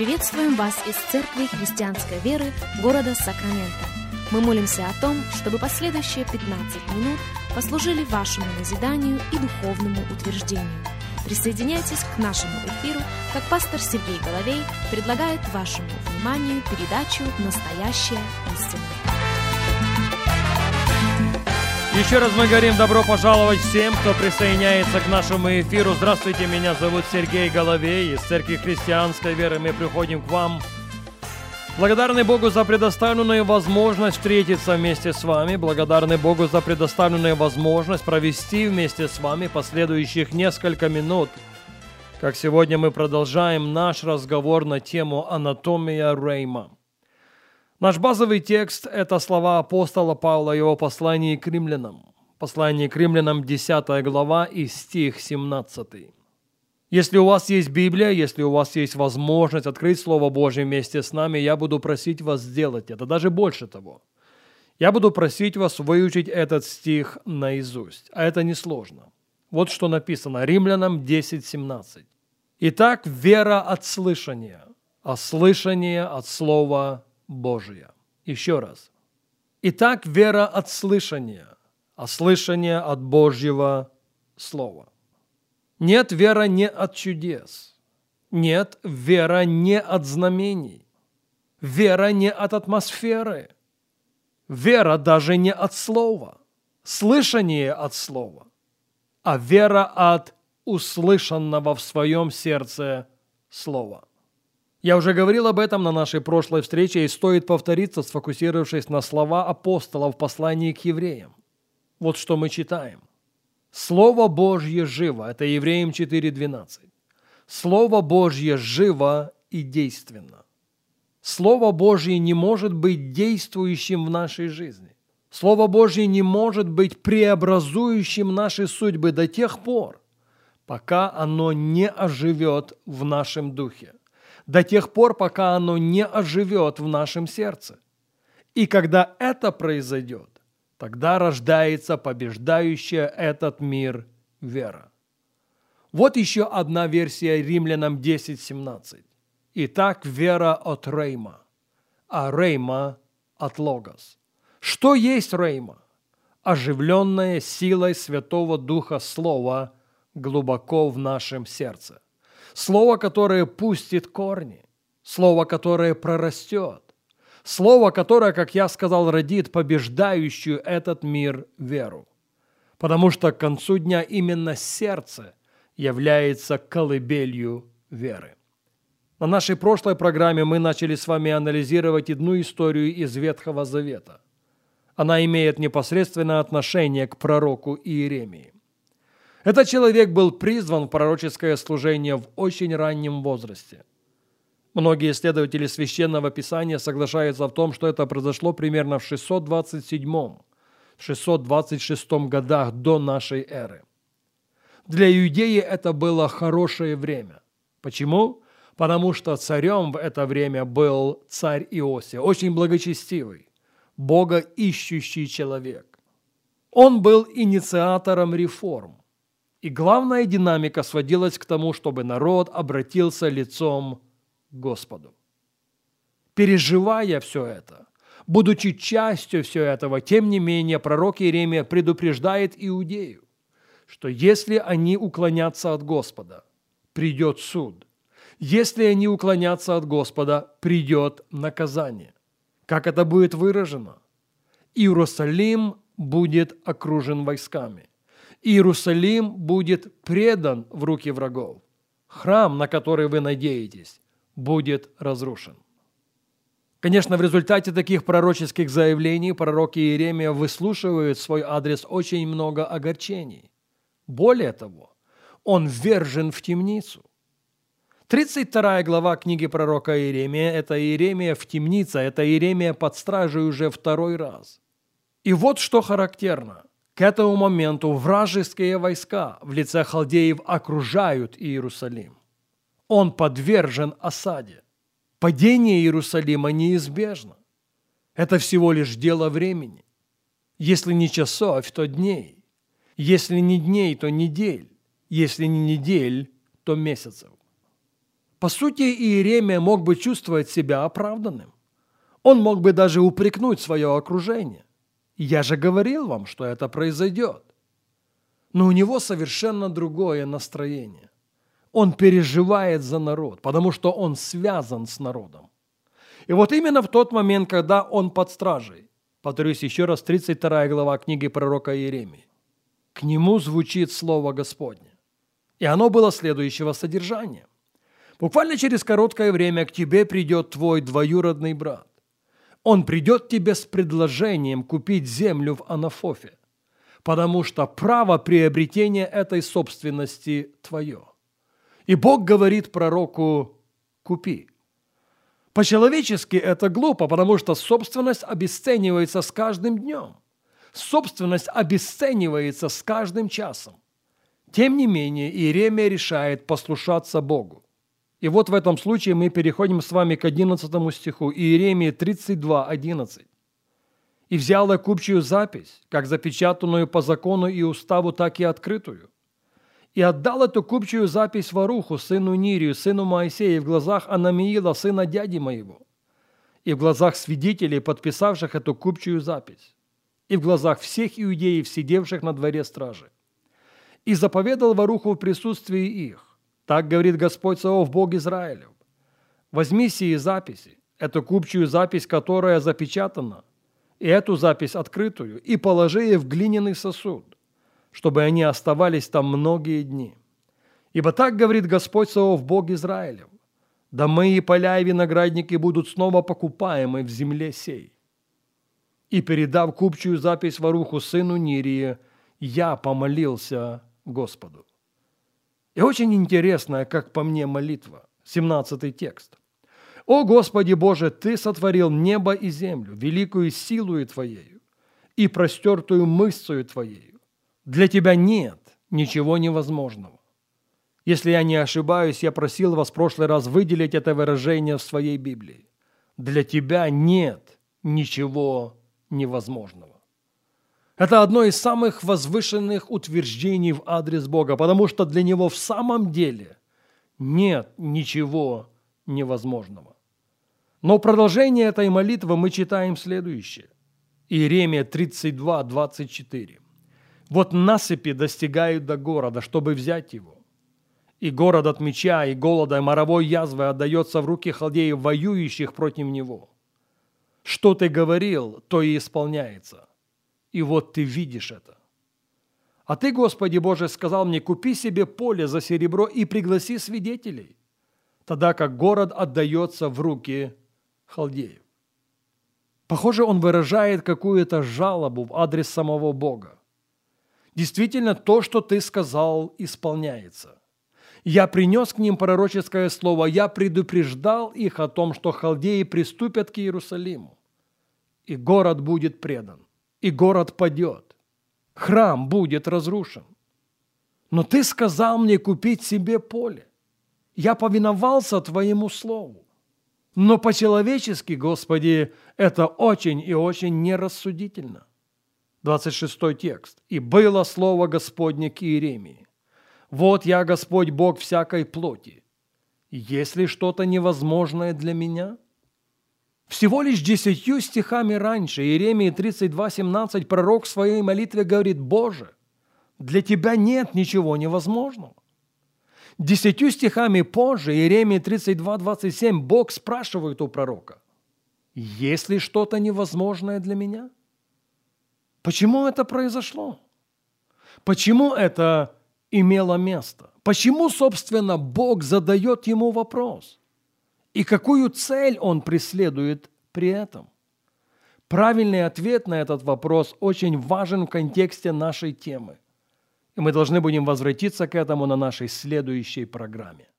Приветствуем вас из Церкви Христианской Веры города Сакраменто. Мы молимся о том, чтобы последующие 15 минут послужили вашему назиданию и духовному утверждению. Присоединяйтесь к нашему эфиру, как пастор Сергей Головей предлагает вашему вниманию передачу «Настоящая истина». Еще раз мы говорим добро пожаловать всем, кто присоединяется к нашему эфиру. Здравствуйте, меня зовут Сергей Головей. Из Церкви Христианской Веры мы приходим к вам. Благодарны Богу за предоставленную возможность встретиться вместе с вами. Благодарны Богу за предоставленную возможность провести вместе с вами последующих несколько минут. Как сегодня мы продолжаем наш разговор на тему «Анатомия Рейма». Наш базовый текст – это слова апостола Павла в его послании к римлянам. Послание к римлянам, 10 глава и стих 17. Если у вас есть Библия, если у вас есть возможность открыть Слово Божье вместе с нами, я буду просить вас сделать это, даже больше того. Я буду просить вас выучить этот стих наизусть, а это несложно. Вот что написано, Римлянам 10:17. «Итак, вера от слышания, а слышание от Слова Божия». Еще раз. Итак, вера от слышания, а слышание от Божьего Слова. Нет, вера не от чудес. Нет, вера не от знамений. Вера не от атмосферы. Вера даже не от слова. Слышание от слова. А вера от услышанного в своем сердце слова. Я уже говорил об этом на нашей прошлой встрече, и стоит повториться, сфокусировавшись на слова апостола в послании к евреям. Вот что мы читаем. Слово Божье живо. Это Евреям 4:12. Слово Божье живо и действенно. Слово Божье не может быть действующим в нашей жизни. Слово Божье не может быть преобразующим наши судьбы до тех пор, пока оно не оживет в нашем духе. До тех пор, пока оно не оживет в нашем сердце. И когда это произойдет, тогда рождается побеждающая этот мир вера. Вот еще одна версия Римлянам 10:17. Итак, вера от Рейма, а Рейма от Логос. Что есть Рейма? Оживленное силой Святого Духа Слово глубоко в нашем сердце. Слово, которое пустит корни. Слово, которое прорастет. Слово, которое, как я сказал, родит побеждающую этот мир веру. Потому что к концу дня именно сердце является колыбелью веры. На нашей прошлой программе мы начали с вами анализировать одну историю из Ветхого Завета. Она имеет непосредственное отношение к пророку Иеремии. Этот человек был призван в пророческое служение в очень раннем возрасте. Многие исследователи Священного Писания соглашаются в том, что это произошло примерно в 627-626 годах до нашей эры. Для Иудеи это было хорошее время. Почему? Потому что царем в это время был царь Иосия, очень благочестивый, богоищущий человек. Он был инициатором реформ. И главная динамика сводилась к тому, чтобы народ обратился лицом к Господу. Переживая все это, будучи частью всего этого, тем не менее пророк Иеремия предупреждает Иудею, что если они уклонятся от Господа, придет суд. Если они уклонятся от Господа, придет наказание. Как это будет выражено? Иерусалим будет окружен войсками. Иерусалим будет предан в руки врагов. Храм, на который вы надеетесь, будет разрушен. Конечно, в результате таких пророческих заявлений пророк Иеремия выслушивает в свой адрес очень много огорчений. Более того, он ввержен в темницу. 32 глава книги пророка Иеремия – это Иеремия в темнице, это Иеремия под стражей уже второй раз. И вот что характерно. К этому моменту вражеские войска в лице халдеев окружают Иерусалим. Он подвержен осаде. Падение Иерусалима неизбежно. Это всего лишь дело времени. Если не часов, то дней. Если не дней, то недель. Если не недель, то месяцев. По сути, Иеремия мог бы чувствовать себя оправданным. Он мог бы даже упрекнуть свое окружение. Я же говорил вам, что это произойдет. Но у него совершенно другое настроение. Он переживает за народ, потому что он связан с народом. И вот именно в тот момент, когда он под стражей, повторюсь еще раз, 32 глава книги пророка Иеремии, к нему звучит слово Господне. И оно было следующего содержания. Буквально через короткое время к тебе придет твой двоюродный брат. Он придет к тебе с предложением купить землю в Анафофе, потому что право приобретения этой собственности твое. И Бог говорит пророку: купи. По-человечески это глупо, потому что собственность обесценивается с каждым днем. Собственность обесценивается с каждым часом. Тем не менее, Иеремия решает послушаться Богу. И вот в этом случае мы переходим с вами к 11 стиху, Иеремии 32:11. «И взял я купчую запись, как запечатанную по закону и уставу, так и открытую, и отдал эту купчую запись Варуху, сыну Нирию, сыну Моисея, в глазах Анамиила, сына дяди моего, и в глазах свидетелей, подписавших эту купчую запись, и в глазах всех иудеев, сидевших на дворе стражи. И заповедал Варуху в присутствии их. Так говорит Господь Саваоф, Бог Израилев: возьми сии записи, эту купчую запись, которая запечатана, и эту запись открытую, и положи ее в глиняный сосуд, чтобы они оставались там многие дни. Ибо так говорит Господь Саваоф, Бог Израилев: дома и поля и виноградники будут снова покупаемы в земле сей. И передав купчую запись Варуху, сыну Нирии, я помолился Господу». И очень интересная, как по мне, молитва. 17 текст. «О Господи Боже, Ты сотворил небо и землю, великую силою Твоею и простертую мышцею Твоею. Для Тебя нет ничего невозможного». Если я не ошибаюсь, я просил вас в прошлый раз выделить это выражение в своей Библии. Для Тебя нет ничего невозможного. Это одно из самых возвышенных утверждений в адрес Бога, потому что для Него в самом деле нет ничего невозможного. Но в продолжение этой молитвы мы читаем следующее. Иеремия 32:24. «Вот насыпи достигают до города, чтобы взять его. И город от меча, и голода, и моровой язвы отдается в руки халдеев, воюющих против него. Что ты говорил, то и исполняется. И вот ты видишь это. А ты, Господи Боже, сказал мне: купи себе поле за серебро и пригласи свидетелей, тогда как город отдается в руки халдеев». Похоже, он выражает какую-то жалобу в адрес самого Бога. Действительно, то, что ты сказал, исполняется. Я принес к ним пророческое слово, я предупреждал их о том, что халдеи приступят к Иерусалиму, и город будет предан. И город падет, храм будет разрушен. Но ты сказал мне купить себе поле. Я повиновался твоему слову. Но по-человечески, Господи, это очень и очень нерассудительно. 26 текст. «И было слово Господне к Иеремии: вот я, Господь Бог всякой плоти. Есть ли что-то невозможное для меня?» Всего лишь 10 стихами раньше, Иеремии 32:17, пророк в своей молитве говорит: «Боже, для Тебя нет ничего невозможного». 10 стихами позже, Иеремии 32:27, Бог спрашивает у пророка: «Есть ли что-то невозможное для меня?» Почему это произошло? Почему это имело место? Почему, собственно, Бог задает ему вопрос? И какую цель он преследует при этом? Правильный ответ на этот вопрос очень важен в контексте нашей темы. И мы должны будем возвратиться к этому на нашей следующей программе.